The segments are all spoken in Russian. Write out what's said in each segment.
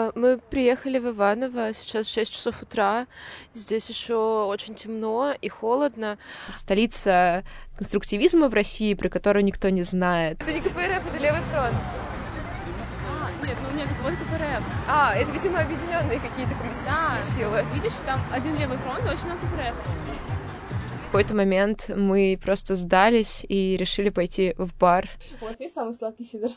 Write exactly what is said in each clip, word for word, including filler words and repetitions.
Мы приехали в Иваново, сейчас шесть часов утра, здесь еще очень темно и холодно. Столица конструктивизма в России, про которую никто не знает. Это не КПРФ, это Левый фронт. А, нет, ну нет, вот КПРФ. А, это, видимо, объединенные какие-то коммунистические да. силы. Видишь, там один Левый фронт, а очень много КПРФ. В какой-то момент мы просто сдались и решили пойти в бар. У вас есть самый сладкий сидр?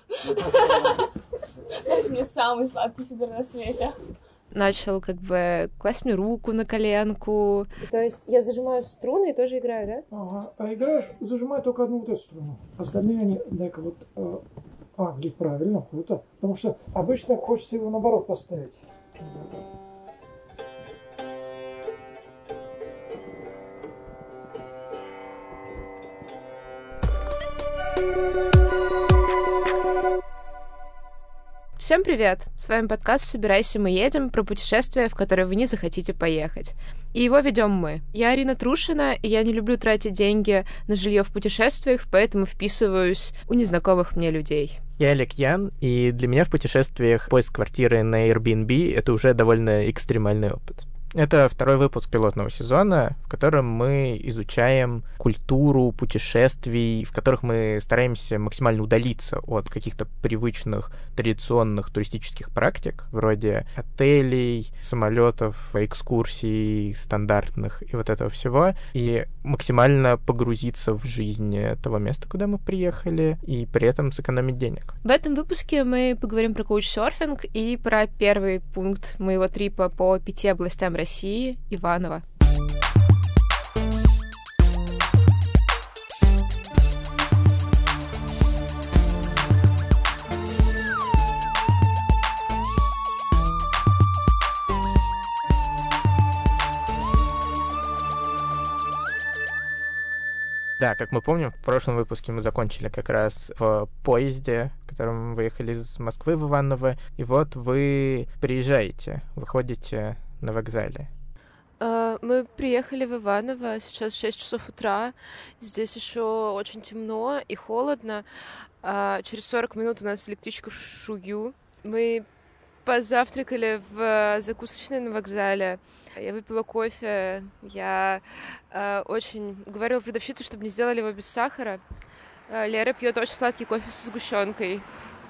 Дайте мне самый сладкий сидр на свете. Начал как бы класть мне руку на коленку. То есть я зажимаю струны и тоже играю, да? Ага. А играешь, зажимай только одну вот эту струну. Остальные они, дай-ка вот... Э... А, где правильно, круто. Потому что обычно хочется его наоборот поставить. Всем привет! С вами подкаст «Собирайся, мы едем» про путешествие, в которое вы не захотите поехать. И его ведем мы. Я Арина Трушина, и я не люблю тратить деньги на жилье в путешествиях, поэтому вписываюсь у незнакомых мне людей. Я Олег Ян, и для меня в путешествиях поиск квартиры на Airbnb — это уже довольно экстремальный опыт. Это второй выпуск пилотного сезона, в котором мы изучаем культуру путешествий, в которых мы стараемся максимально удалиться от каких-то привычных традиционных туристических практик, вроде отелей, самолетов, экскурсий стандартных и вот этого всего, и максимально погрузиться в жизнь того места, куда мы приехали, и при этом сэкономить денег. В этом выпуске мы поговорим про коучсерфинг и про первый пункт моего трипа по пяти областям России — Иваново. Да, как мы помним, в прошлом выпуске мы закончили как раз в поезде, в котором мы выехали из Москвы в Иваново, и вот вы приезжаете, выходите на вокзале. Мы приехали в Иваново, сейчас шесть часов утра, здесь еще очень темно и холодно. Через сорок минут у нас электричка в Шую. Мы позавтракали в закусочной на вокзале. Я выпила кофе. Я э, очень говорила продавщице, чтобы мне сделали его без сахара. Лера пьет очень сладкий кофе со сгущенкой.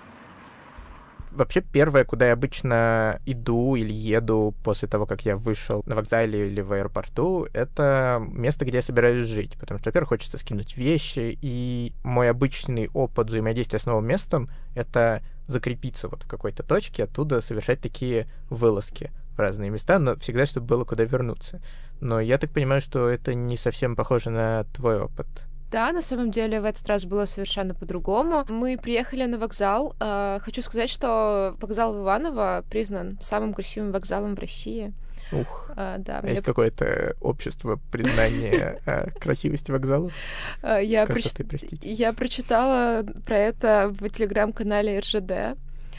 Вообще, первое, куда я обычно иду или еду после того, как я вышел на вокзале или в аэропорту, это место, где я собираюсь жить. Потому что, во-первых, хочется скинуть вещи, и мой обычный опыт взаимодействия с новым местом — это закрепиться вот в какой-то точке, оттуда совершать такие вылазки в разные места, но всегда, чтобы было куда вернуться. Но я так понимаю, что это не совсем похоже на твой опыт. Да, на самом деле в этот раз было совершенно по-другому. Мы приехали на вокзал. Хочу сказать, что вокзал в Иваново признан самым красивым вокзалом в России. Ух, а, да, а мне... есть какое-то общество признания красивости вокзалов? Я Красоты, простите. Я прочитала про это в телеграм-канале эр жэ дэ.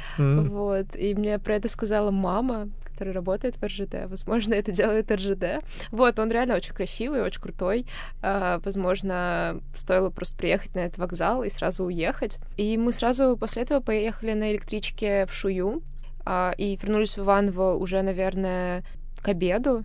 Вот, и мне про это сказала мама, который работает в эр жэ дэ. Возможно, это делает эр жэ дэ. Вот, он реально очень красивый, очень крутой. А, возможно, стоило просто приехать на этот вокзал и сразу уехать. И мы сразу после этого поехали на электричке в Шую а, и вернулись в Иваново уже, наверное, к обеду.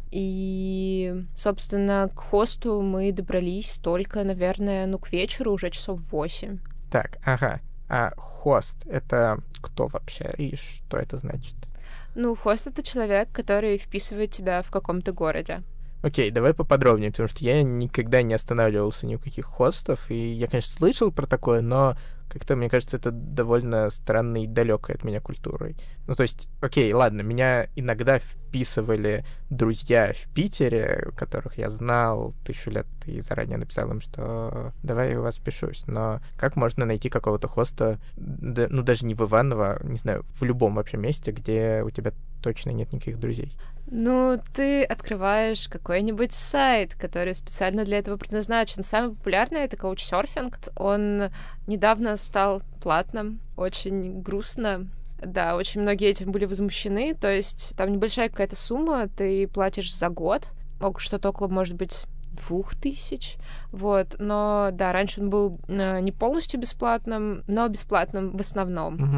И, собственно, к хосту мы добрались только, наверное, ну, к вечеру, уже часов восемь. Так, ага. А хост — это кто вообще и что это значит? Ну, хост — это человек, который вписывает тебя в каком-то городе. Окей, давай поподробнее, потому что я никогда не останавливался ни у каких хостов, и я, конечно, слышал про такое, но как-то, мне кажется, это довольно странной и далекой от меня культурой. Ну, то есть, окей, ладно, меня иногда вписывали друзья в Питере, которых я знал тысячу лет, и заранее написал им, что давай я у вас впишусь. Но как можно найти какого-то хоста, да, ну, даже не в Иваново, не знаю, в любом вообще месте, где у тебя точно нет никаких друзей? Ну, ты открываешь какой-нибудь сайт, который специально для этого предназначен. Самый популярный — это коучсерфинг. Он недавно стал платным. Очень грустно. Да, очень многие этим были возмущены. То есть там небольшая какая-то сумма, ты платишь за год. Что-то около, может быть, двух тысяч. Вот. Но, да, раньше он был не полностью бесплатным, но бесплатным в основном. Uh-huh.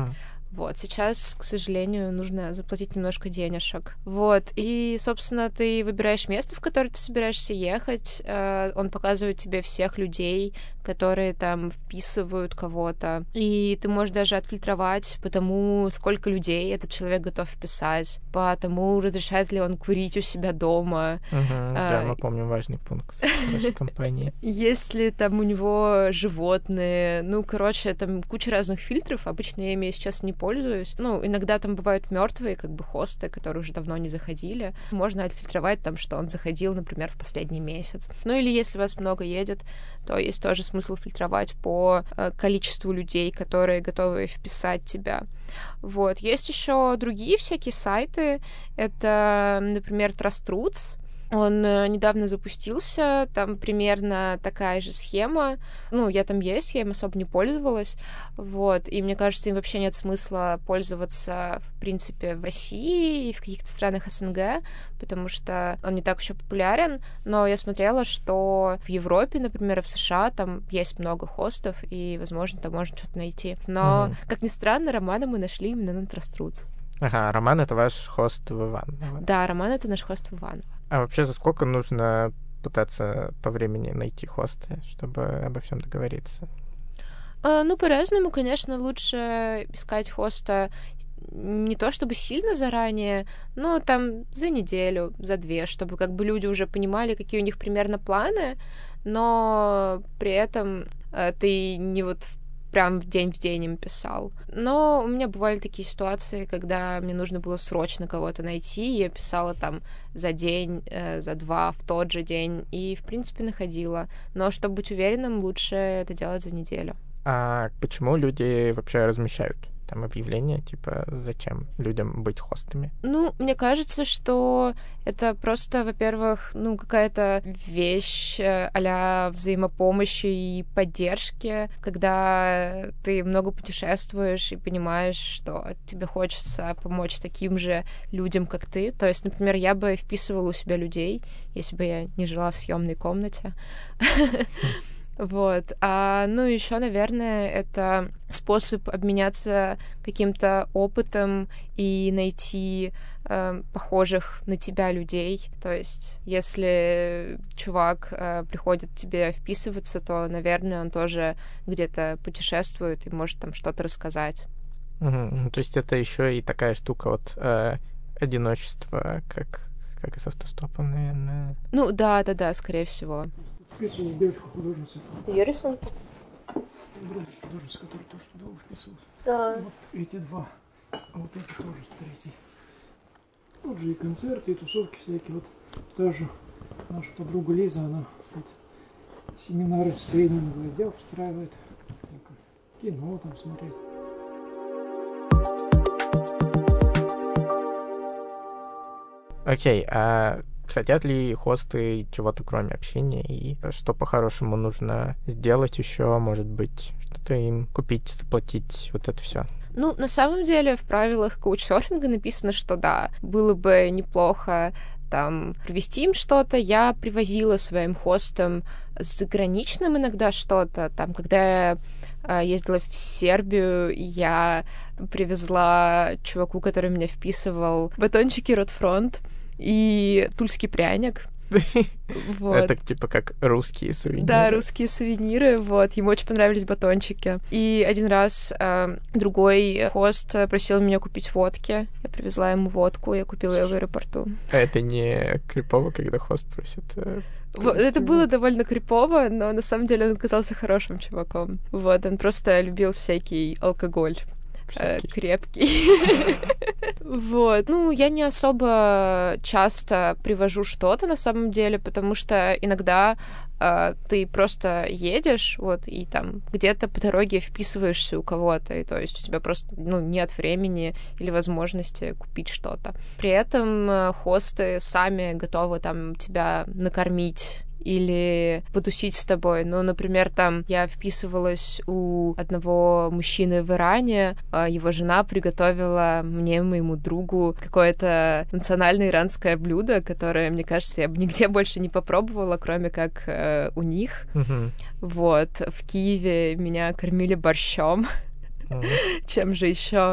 Вот, сейчас, к сожалению, нужно заплатить немножко денежек. Вот, и, собственно, ты выбираешь место, в которое ты собираешься ехать, он показывает тебе всех людей, которые там вписывают кого-то, и ты можешь даже отфильтровать по тому, сколько людей этот человек готов вписать, по тому, разрешает ли он курить у себя дома. Угу, да, мы помним важный пункт нашей компании. Есть ли там у него животные, ну, короче, там куча разных фильтров, обычно я ими сейчас не пользуюсь. Ну, иногда там бывают мертвые, как бы хосты, которые уже давно не заходили. Можно отфильтровать там, что он заходил, например, в последний месяц. Ну, или если вас много едет, то есть тоже смысл фильтровать по э, количеству людей, которые готовы вписать тебя. Вот. Есть еще другие всякие сайты. Это, например, TrustRoots. Он недавно запустился, там примерно такая же схема. Ну, я там есть, я им особо не пользовалась. Вот. И мне кажется, им вообще нет смысла пользоваться, в принципе, в России и в каких-то странах СНГ, потому что он не так еще популярен. Но я смотрела, что в Европе, например, и в США там есть много хостов, и, возможно, там можно что-то найти. Но, mm-hmm. как ни странно, Романа мы нашли именно на TrustRoots. Ага, Роман — это ваш хост в Иваново. Да, Роман — это наш хост в Иваново. А вообще за сколько нужно пытаться по времени найти хосты, чтобы обо всем договориться? А, ну, по-разному, конечно, лучше искать хоста не то чтобы сильно заранее, но там за неделю, за две, чтобы как бы люди уже понимали, какие у них примерно планы, но при этом э, ты не вот прям день в день им писал. Но у меня бывали такие ситуации, когда мне нужно было срочно кого-то найти, и я писала там за день, э, за два, в тот же день, и, в принципе, находила. Но чтобы быть уверенным, лучше это делать за неделю. А почему люди вообще размещают там объявления, типа, зачем людям быть хостами? Ну, мне кажется, что это просто, во-первых, ну, какая-то вещь а-ля взаимопомощи и поддержки, когда ты много путешествуешь и понимаешь, что тебе хочется помочь таким же людям, как ты. То есть, например, я бы вписывала у себя людей, если бы я не жила в съемной комнате. Вот. А, ну, еще, наверное, это способ обменяться каким-то опытом и найти э, похожих на тебя людей. То есть, если чувак э, приходит к тебе вписываться, то, наверное, он тоже где-то путешествует и может там что-то рассказать. Угу. Ну, то есть это еще и такая штука вот э, одиночества, как, как и с автостопом, наверное. Ну, да-да-да, скорее всего. Вписывалась девочка-художница. Это ее рисунок? Здравствуйте, художница, который тоже туда вписывалась. Да. Вот эти два. А вот эти тоже третий. Тут же и концерты, и тусовки всякие. Вот тоже наша подруга Лиза, она вот, семинары с тренингом дел устраивает. Кино там смотреть. Окей, а хотят ли хосты чего-то кроме общения, и что по-хорошему нужно сделать еще, может быть, что-то им купить, заплатить, вот это все? Ну, на самом деле, в правилах каучсерфинга написано, что да, было бы неплохо там привезти им что-то. Я привозила своим хостам с заграничным иногда что-то. Там, когда я э, ездила в Сербию, я привезла чуваку, который меня вписывал, батончики Ротфронт и тульский пряник. Вот. Это типа как русские сувениры. Да, русские сувениры, вот. Ему очень понравились батончики. И один раз э, другой хост просил меня купить водки. Я привезла ему водку, я купила ее в аэропорту. А это не крипово, когда хост просит? Э, вот, это было довольно крипово, но на самом деле он оказался хорошим чуваком. Вот, он просто любил всякий алкоголь. Всякий. Крепкий. Вот. Ну, я не особо часто привожу что-то на самом деле, потому что иногда э, ты просто едешь, вот, и там где-то по дороге вписываешься у кого-то, и то есть у тебя просто, ну, нет времени или возможности купить что-то. При этом э, хосты сами готовы там тебя накормить или потусить с тобой. Ну, например, там я вписывалась у одного мужчины в Иране, его жена приготовила мне, моему другу, какое-то национальное иранское блюдо, которое, мне кажется, я бы нигде больше не попробовала, кроме как э, у них. Mm-hmm. Вот. В Киеве меня кормили борщом. Mm-hmm. Чем же еще?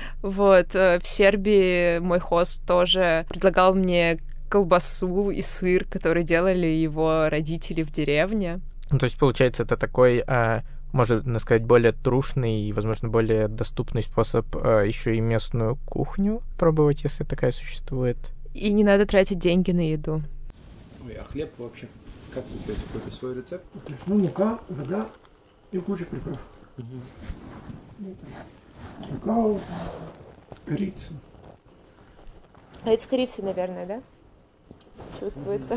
Вот, э, в Сербии мой хост тоже предлагал мне колбасу и сыр, которые делали его родители в деревне. Ну, то есть, получается, это такой, а, можно сказать, более трушный и, возможно, более доступный способ а, еще и местную кухню пробовать, если такая существует. И не надо тратить деньги на еду. Ой, а хлеб вообще? Как вы пьете? Какой-то свой рецепт? То есть, ну, мука, вода и куча приправ. Угу. Ну, там, какао, корица. А это с корицей, наверное, да? Чувствуется.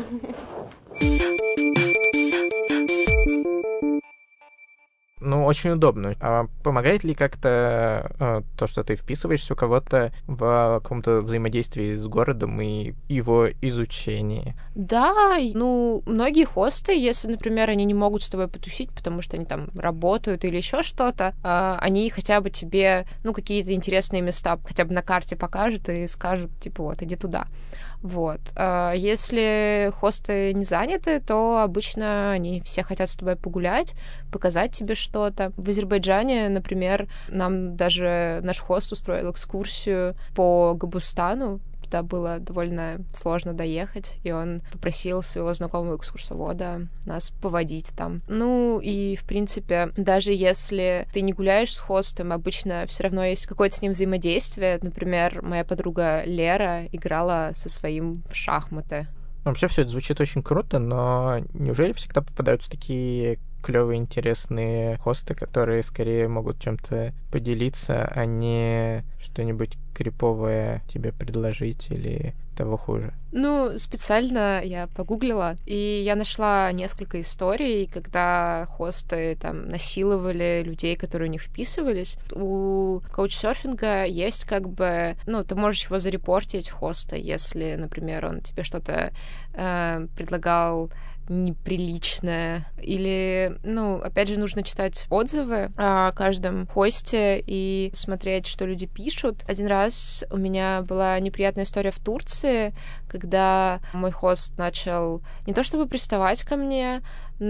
Ну, очень удобно. А помогает ли как-то э, то, что ты вписываешься у кого-то в каком-то взаимодействии с городом и его изучении? Да, ну, многие хосты, если, например, они не могут с тобой потусить, потому что они там работают или еще что-то, э, они хотя бы тебе, ну, какие-то интересные места хотя бы на карте покажут и скажут, типа, вот, иди туда. Вот. Если хосты не заняты, то обычно они все хотят с тобой погулять, показать тебе что-то. В Азербайджане, например, нам даже наш хост устроил экскурсию по Гобустану. Туда было довольно сложно доехать, и он попросил своего знакомого экскурсовода нас поводить там. Ну и, в принципе, даже если ты не гуляешь с хостом, обычно все равно есть какое-то с ним взаимодействие. Например, моя подруга Лера играла со своим в шахматы. Вообще все это звучит очень круто, но неужели всегда попадаются такие клевые, интересные хосты, которые скорее могут чем-то поделиться, а не что-нибудь криповое тебе предложить или того хуже? Ну, специально я погуглила, и я нашла несколько историй, когда хосты там насиловали людей, которые у них вписывались. У каучсерфинга есть как бы... Ну, ты можешь его зарепортить, хоста, если, например, он тебе что-то э, предлагал неприличное. Или, ну, опять же, нужно читать отзывы о каждом хосте и смотреть, что люди пишут. Один раз у меня была неприятная история в Турции, когда мой хост начал не то чтобы приставать ко мне,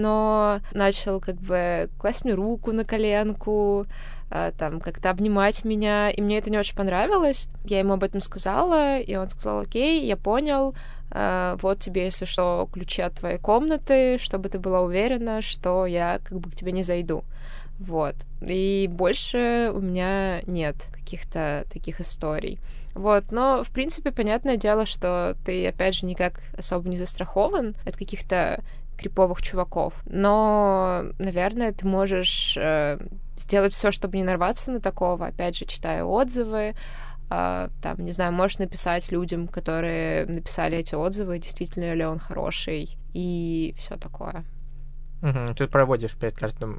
но начал как бы класть мне руку на коленку, там, как-то обнимать меня, и мне это не очень понравилось. Я ему об этом сказала, и он сказал: окей, я понял, вот тебе, если что, ключи от твоей комнаты, чтобы ты была уверена, что я как бы к тебе не зайду. Вот. И больше у меня нет каких-то таких историй. Вот. Но, в принципе, понятное дело, что ты, опять же, никак особо не застрахован от каких-то криповых чуваков. Но, наверное, ты можешь э, сделать все, чтобы не нарваться на такого, опять же, читая отзывы, э, там, не знаю, можешь написать людям, которые написали эти отзывы, действительно ли он хороший, и все такое. Угу. Ты проводишь перед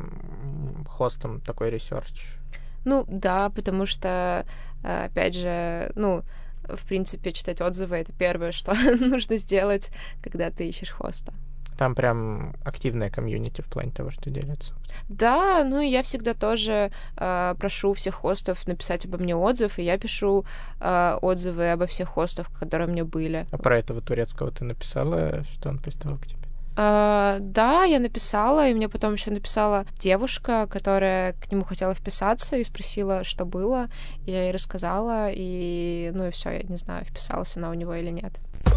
каждым хостом такой ресерч? Ну, да, потому что, опять же, ну, в принципе, читать отзывы — это первое, что нужно сделать, когда ты ищешь хоста. Там прям активная комьюнити в плане того, что делятся. Да, ну и я всегда тоже э, прошу всех хостов написать обо мне отзыв, и я пишу э, отзывы обо всех хостах, которые у меня были. А про этого турецкого ты написала, что он приставал к тебе? Uh, да, я написала, и мне потом еще написала девушка, которая к нему хотела вписаться и спросила, что было. Я ей рассказала, и, ну и все, я не знаю, вписалась она у него или нет.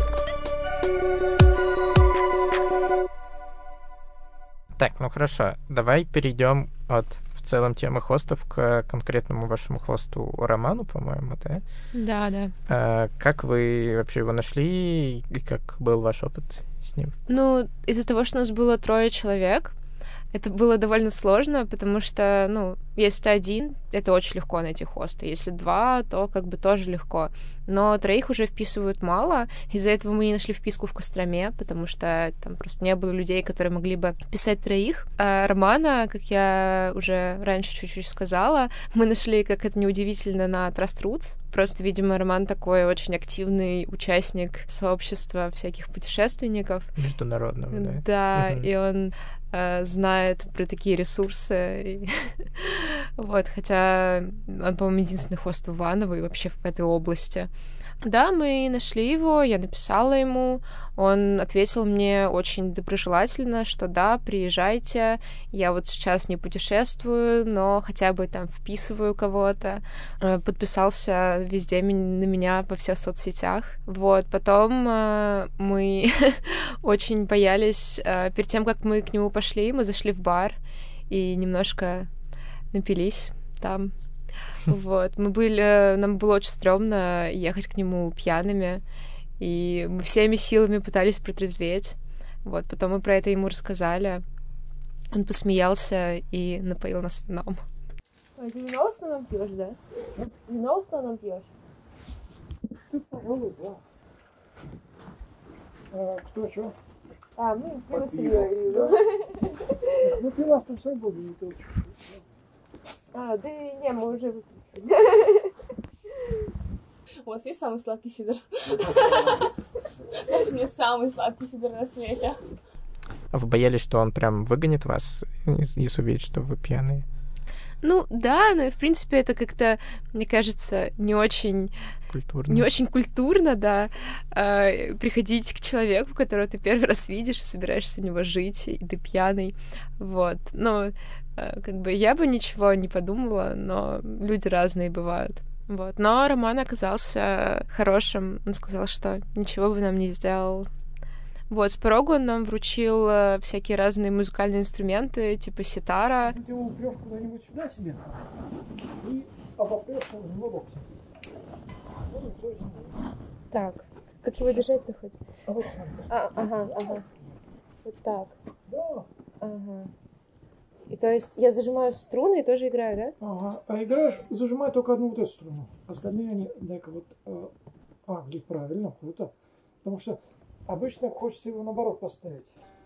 Так, ну хорошо, давай перейдем от в целом темы хостов к конкретному вашему хосту Роману, по-моему, да? Да, да. А, как вы вообще его нашли и как был ваш опыт с ним? Ну, из-за того, что у нас было трое человек, это было довольно сложно, потому что, ну, если ты один, это очень легко найти хоста. Если два, то как бы тоже легко. Но троих уже вписывают мало. Из-за этого мы не нашли вписку в Костроме, потому что там просто не было людей, которые могли бы писать троих. А Романа, как я уже раньше чуть-чуть сказала, мы нашли, как это неудивительно, на Trust Roots. Просто, видимо, Роман такой очень активный участник сообщества всяких путешественников. Международного, да? Да, угу. И он э, знает про такие ресурсы. Вот, хотя он, по-моему, единственный хост в Иваново и вообще в этой области. Да, мы нашли его, я написала ему, он ответил мне очень доброжелательно, что да, приезжайте, я вот сейчас не путешествую, но хотя бы там вписываю кого-то, подписался везде на меня во всех соцсетях. Вот, потом мы очень боялись, перед тем, как мы к нему пошли, мы зашли в бар и немножко напились там. Вот, мы были, нам было очень стрёмно ехать к нему пьяными, и мы всеми силами пытались протрезветь. Вот, потом мы про это ему рассказали. Он посмеялся и напоил нас вином. А ты вино в основном пьешь, да? Вино в основном пьешь? Ты, пожалуй, да. А, кто что? А, мы пиво с Ну, пивас-то все было, не то. А, да не, мы уже выпили. У вас есть самый сладкий сидр? Знаешь, мне самый сладкий сидр на свете. А вы боялись, что он прям выгонит вас, если увидит, что вы пьяные? Ну, да, но, в принципе, это как-то, мне кажется, не очень... Культурно. Не очень культурно, да, э, приходить к человеку, которого ты первый раз видишь и собираешься у него жить, и ты пьяный, вот. Но, э, как бы, я бы ничего не подумала, но люди разные бывают. Вот. Но Роман оказался хорошим. Он сказал, что ничего бы нам не сделал. Вот, с порога он нам вручил э, всякие разные музыкальные инструменты, типа ситара. Ты его упрёшь куда-нибудь сюда себе и обопрёшь его в него локтем. Так, как его держать-то хоть? А вот так. А, ага, ага. Вот так. Да. Ага. И то есть я зажимаю струны и тоже играю, да? Ага. А играешь, зажимай только одну вот эту струну. Остальные они, дай-ка вот... э, А, где правильно, круто. Потому что обычно хочется его наоборот поставить.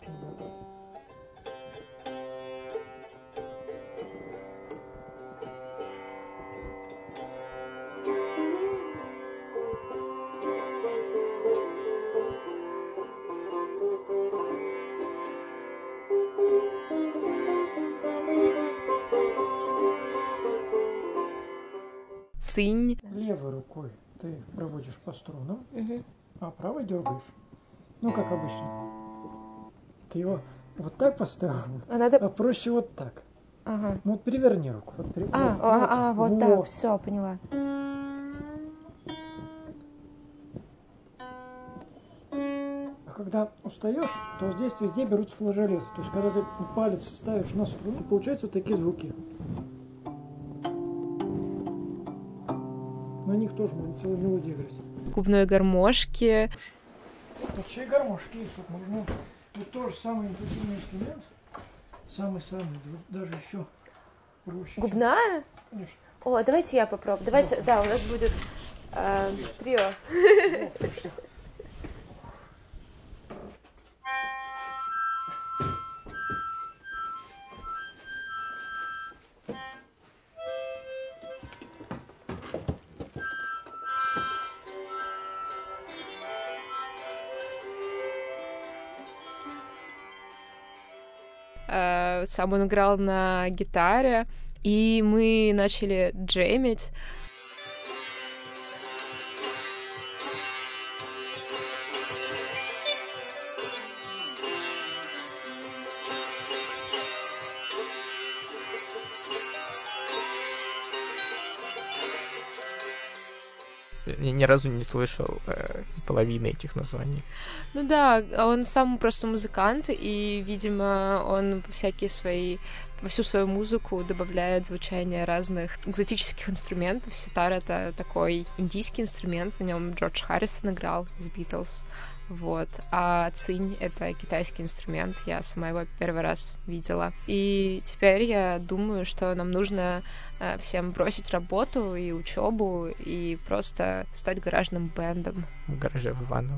Цинь. Левой рукой ты проводишь по струнам, Угу. а правой дергаешь. Ну, как обычно. Ты его вот так поставил, А надо... а проще вот так. Ага. Ну, вот переверни руку. Вот, пере- А, вот, а, а, вот вот. так, все, поняла. А когда устаешь, то здесь везде берутся флажолеты. То есть, когда ты палец ставишь на струну, получаются такие звуки. На них тоже можно целую мелодию играть. Губной гармошки. Вот еще и гармошки есть. Вот можно... Вот тоже самый интуитивный инструмент. Самый-самый. Даже еще проще. Губная? Конечно. О, давайте я попробую. Давайте, да, у нас будет э, трио. О, почти. Э, сам он играл на гитаре, и мы начали джемить. Я ни разу не слышал э, половины этих названий. Ну да, он сам просто музыкант, и, видимо, он всякие свои, во всю свою музыку добавляет звучание разных экзотических инструментов. Ситар — это такой индийский инструмент, на нем Джордж Харрисон играл из Битлз. Вот. А цинь — это китайский инструмент, я сама его первый раз видела. И теперь я думаю, что нам нужно э, всем бросить работу и учебу и просто стать гаражным бэндом. В гараже в Иваново.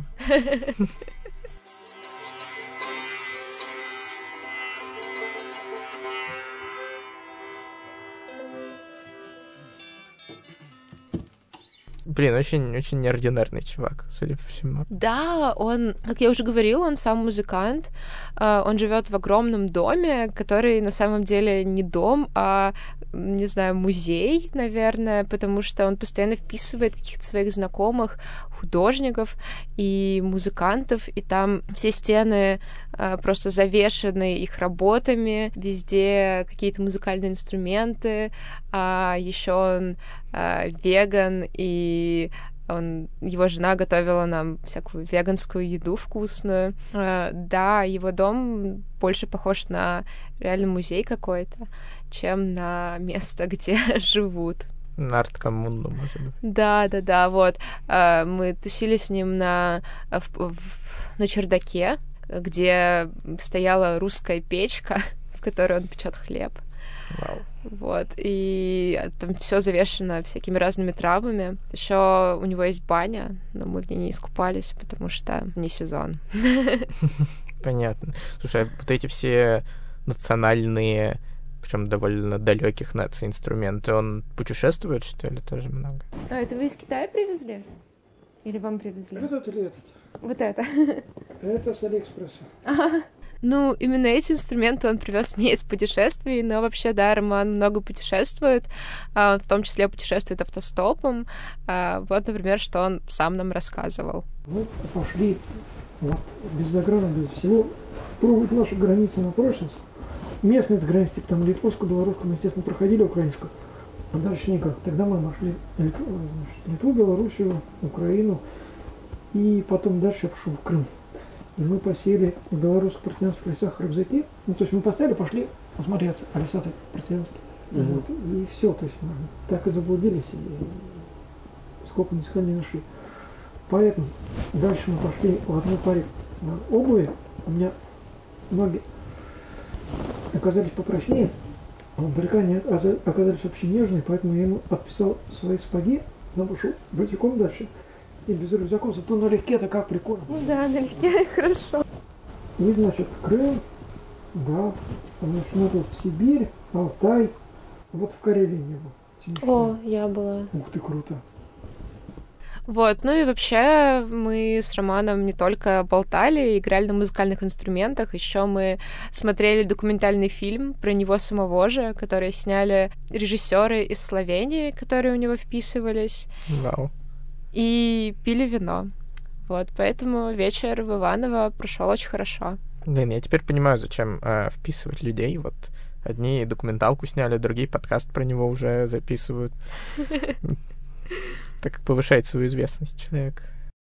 Блин, очень-очень неординарный чувак, судя по всему. Да, он, как я уже говорила, он сам музыкант. Он живет в огромном доме, который на самом деле не дом, а, не знаю, музей, наверное, потому что он постоянно вписывает каких-то своих знакомых художников и музыкантов, и там все стены просто завешаны их работами, везде какие-то музыкальные инструменты, а еще он веган, и он, его жена готовила нам всякую веганскую еду вкусную. Uh, да, его дом больше похож на реальный музей какой-то, чем на место, где живут. На арт-коммуну, может быть. Да, да, да, вот. Uh, мы тусили с ним на, в, в, на чердаке, где стояла русская печка, в которой он печет хлеб. Вау. Вот, и там все завешено всякими разными травами. Еще у него есть баня, но мы в ней не искупались, потому что не сезон. Понятно. Слушай, а вот эти все национальные, причем довольно далеких наций инструменты, он путешествует, что ли, тоже много? А, это вы из Китая привезли? Или вам привезли? Этот или этот? Вот это. Это с Алиэкспресса. Ага. Ну, именно эти инструменты он привез не из путешествий, но вообще, да, Роман много путешествует, он в том числе путешествует автостопом. Вот, например, что он сам нам рассказывал. Мы пошли вот без заграна, без всего, пробовать наши границы на прочность. Местные границы, типа там литовскую, белорусскую, мы, естественно, проходили украинскую, а дальше никак. Тогда мы нашли Литву, Литву, Белоруссию, Украину, и потом дальше я пошел в Крым. И мы посели в белорусских партизанских лесах рюкзаки. Ну, то есть мы поставили, пошли осмотреться, а леса-то партизанские. Mm-hmm. Вот, и все, то есть мы так и заблудились, и сколько ни искали, не нашли. Поэтому дальше мы пошли в одной паре обуви. У меня ноги оказались попрочнее, а далеко не оказались вообще нежные, поэтому я ему подписал свои сапоги, но пошел босиком дальше. И без рюкзаков, зато налегке-то как прикольно. Ну да, налегке хорошо. И, значит, Крым, да, значит, ну тут Сибирь, Алтай, вот в Карелии не был. О, я была. Ух ты, круто. Вот, ну и вообще мы с Романом не только болтали, играли на музыкальных инструментах, еще мы смотрели документальный фильм про него самого же, который сняли режиссеры из Словении, которые у него вписывались. Вау. И пили вино. Вот, поэтому вечер в Иваново прошел очень хорошо. Блин, я теперь понимаю, зачем э, вписывать людей. Вот одни документалку сняли, другие подкаст про него уже записывают. Так как повышает свою известность человек.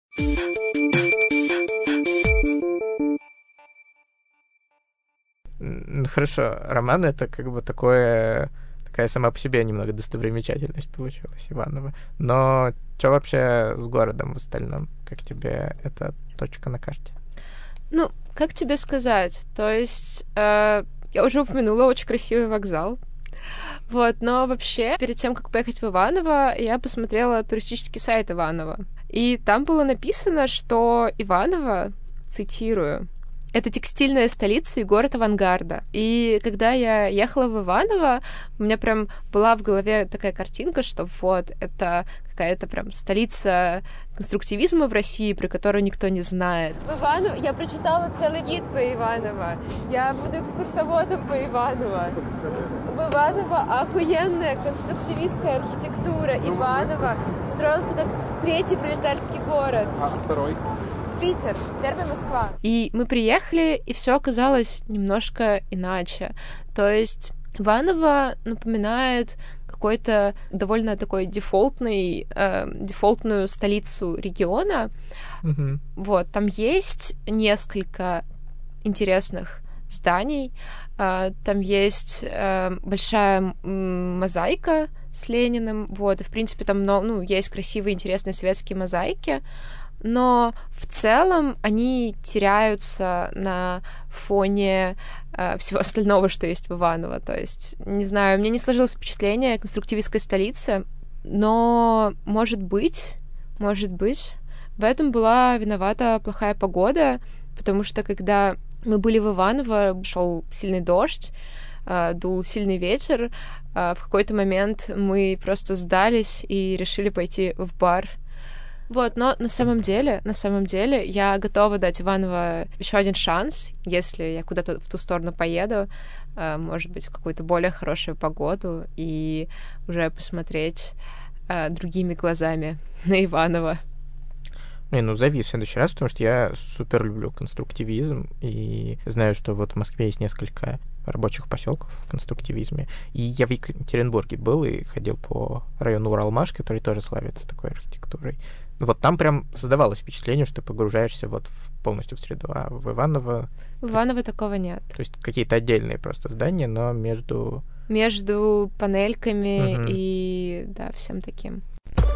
Ну хорошо, роман — это как бы такое... Такая сама по себе немного достопримечательность получилась, Иваново. Но что вообще с городом в остальном? Как тебе эта точка на карте? Ну, как тебе сказать? То есть, э, я уже упомянула очень красивый вокзал. Вот, но вообще, перед тем, как поехать в Иваново, я посмотрела туристический сайт Иваново. И там было написано, что Иваново, цитирую, это текстильная столица и город авангарда. И когда я ехала в Иваново, у меня прям была в голове такая картинка, что вот, это какая-то прям столица конструктивизма в России, про которую никто не знает. В Иваново я прочитала целый гид по Иваново. Я буду экскурсоводом по Иваново. В Иваново охуенная конструктивистская архитектура. Иваново строился как третий пролетарский город. А второй? Питер, первая Москва. И мы приехали, и все оказалось немножко иначе. То есть Иваново напоминает какой-то довольно такой дефолтный, э, дефолтную столицу региона. Mm-hmm. Вот, там есть несколько интересных зданий. Э, там есть э, большая м- мозаика с Лениным. Вот, и, в принципе, там ну, есть красивые, интересные советские мозаики. Но в целом они теряются на фоне э, всего остального, что есть в Иваново. То есть, не знаю, мне не сложилось впечатление конструктивистской столицы, но, может быть, может быть, в этом была виновата плохая погода, потому что, когда мы были в Иваново, шел сильный дождь, э, дул сильный ветер, э, в какой-то момент мы просто сдались и решили пойти в бар Вот, но на самом деле, на самом деле, я готова дать Иваново еще один шанс, если я куда-то в ту сторону поеду, может быть, в какую-то более хорошую погоду, и уже посмотреть другими глазами на Иваново. Не, ну зови в следующий раз, потому что я супер люблю конструктивизм, и знаю, что вот в Москве есть несколько рабочих поселков в конструктивизме. И я в Екатеринбурге был и ходил по району Уралмаш, который тоже славится такой архитектурой. Вот там прям создавалось впечатление, что ты погружаешься вот в, полностью в среду, а в Иваново... В Иваново такого нет. То есть какие-то отдельные просто здания, но между... Между панельками угу. и, да, всем таким.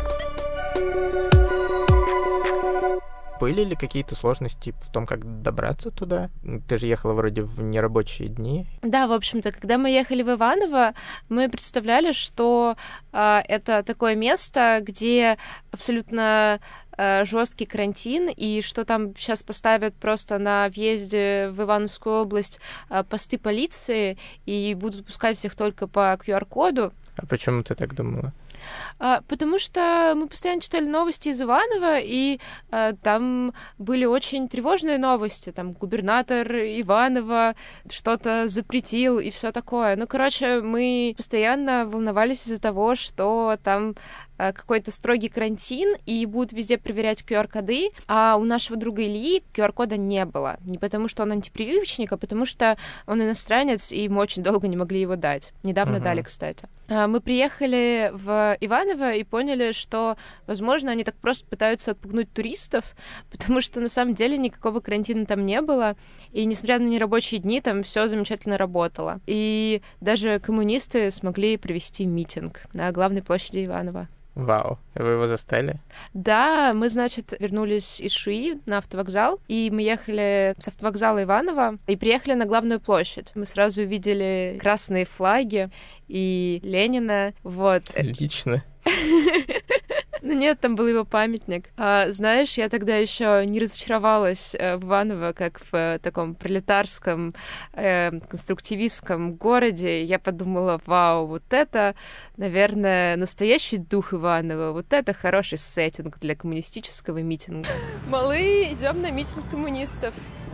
Были ли какие-то сложности в том, как добраться туда? Ты же ехала вроде в нерабочие дни. Да, в общем-то, когда мы ехали в Иваново, мы представляли, что э, это такое место, где абсолютно э, жесткий карантин, и что там сейчас поставят просто на въезде в Ивановскую область э, посты полиции и будут пускать всех только по ку ар-коду. А почему ты так думала? А, потому что мы постоянно читали новости из Иванова, и а, там были очень тревожные новости. Там губернатор Иванова что-то запретил и все такое. Ну, короче, мы постоянно волновались из-за того, что там а, какой-то строгий карантин, и будут везде проверять ку ар-коды, а у нашего друга Ильи ку ар-кода не было. Не потому, что он антипрививочник, а потому что он иностранец, и мы очень долго не могли его дать. Недавно uh-huh. дали, кстати. А, мы приехали в Иваново и поняли, что, возможно, они так просто пытаются отпугнуть туристов, потому что на самом деле никакого карантина там не было, и несмотря на нерабочие дни, там все замечательно работало. И даже коммунисты смогли провести митинг на главной площади Иванова. Вау, вы его застали? Да, мы, значит, вернулись из Шуи на автовокзал, и мы ехали с автовокзала Иваново и приехали на главную площадь. Мы сразу увидели красные флаги и Ленина, вот. Лично? Ну нет, там был его памятник. А, знаешь, я тогда еще не разочаровалась в Иваново, как в таком пролетарском, э, конструктивистском городе. Я подумала, вау, вот это, наверное, настоящий дух Иванова. Вот это хороший сеттинг для коммунистического митинга. Малы, идем на митинг коммунистов.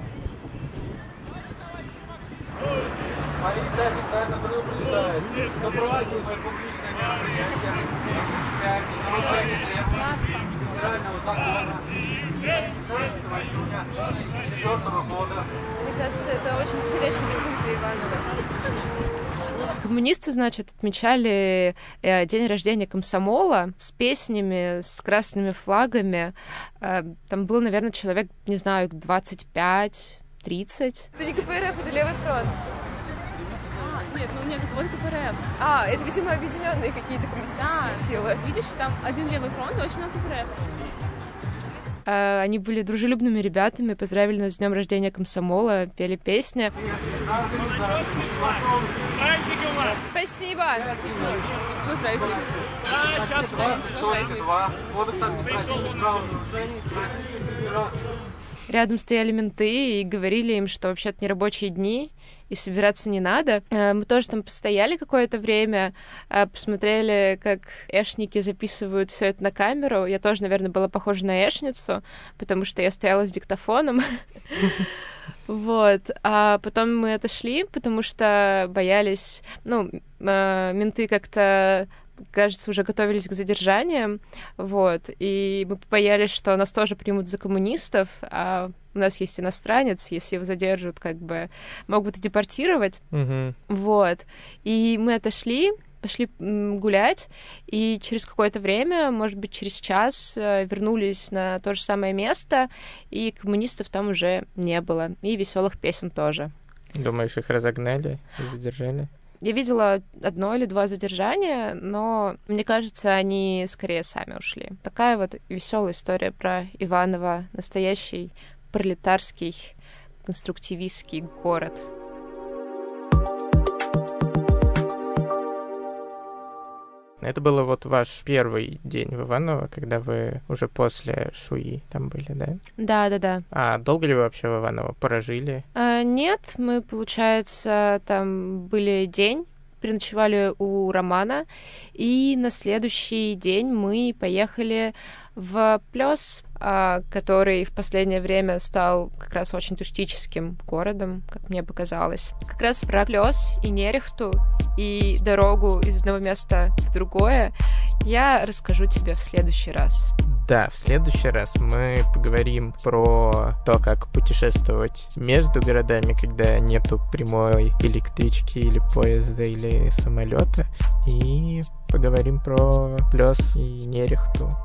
Полиция официально предупреждает, что проводимое публичное мероприятие осуществляется в нарушении требований федерального закона шестнадцатого июня две тысячи четвёртого года. Мне кажется, это очень подходящий митинг для Иванова. Коммунисты, значит, отмечали э, день рождения комсомола с песнями, с красными флагами. Э, там было, наверное, человек, не знаю, двадцать пять тридцать. Это не ка пэ эр эф, это Левый фронт. Нет, ну нет, вот ка пэ эр эф. А, это, видимо, объединенные какие-то коммунистические да, силы. Видишь, там один Левый фронт, а очень много ка пэ эр эф. А, они были дружелюбными ребятами, поздравили нас с днем рождения комсомола, пели песни. Спасибо! Ну, праздник. Рядом стояли менты и говорили им, что вообще-то нерабочие дни, и собираться не надо. Мы тоже там постояли какое-то время, посмотрели, как эшники записывают все это на камеру. Я тоже, наверное, была похожа на эшницу, потому что я стояла с диктофоном. Вот. А потом мы отошли, потому что боялись... Ну, менты как-то, кажется, уже готовились к задержаниям, вот, и мы боялись, что нас тоже примут за коммунистов, а у нас есть иностранец, если его задержат, как бы могут и депортировать, угу. Вот, и мы отошли, пошли гулять, и через какое-то время, может быть, через час вернулись на то же самое место, и коммунистов там уже не было, и веселых песен тоже. Думаешь, их разогнали и задержали? Я видела одно или два задержания, но мне кажется, они скорее сами ушли. Такая вот веселая история про Иваново, настоящий пролетарский конструктивистский город. Это был вот ваш первый день в Иваново, когда вы уже после Шуи там были, да? Да, да, да. А долго ли вы вообще в Иваново прожили? А, нет, мы, получается, там были день, переночевали у Романа, и на следующий день мы поехали в Плёс, который в последнее время стал как раз очень туристическим городом, как мне показалось. Как раз про Плёс и Нерехту и дорогу из одного места в другое я расскажу тебе в следующий раз. Да, в следующий раз мы поговорим про то, как путешествовать между городами, когда нету прямой электрички или поезда или самолета, и поговорим про Плёс и Нерехту.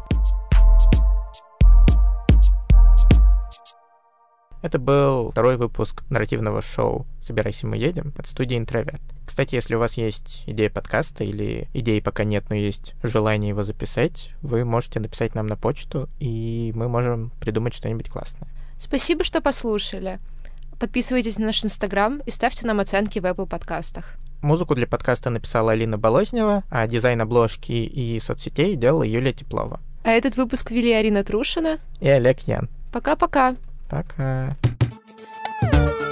Это был второй выпуск нарративного шоу «Собирайся, мы едем» от студии «Интроверт». Кстати, если у вас есть идея подкаста или идеи пока нет, но есть желание его записать, вы можете написать нам на почту, и мы можем придумать что-нибудь классное. Спасибо, что послушали. Подписывайтесь на наш Инстаграм и ставьте нам оценки в Apple подкастах. Музыку для подкаста написала Алина Болознева, а дизайн обложки и соцсетей делала Юлия Теплова. А этот выпуск вели Арина Трушина и Олег Ян. Пока-пока. Пока.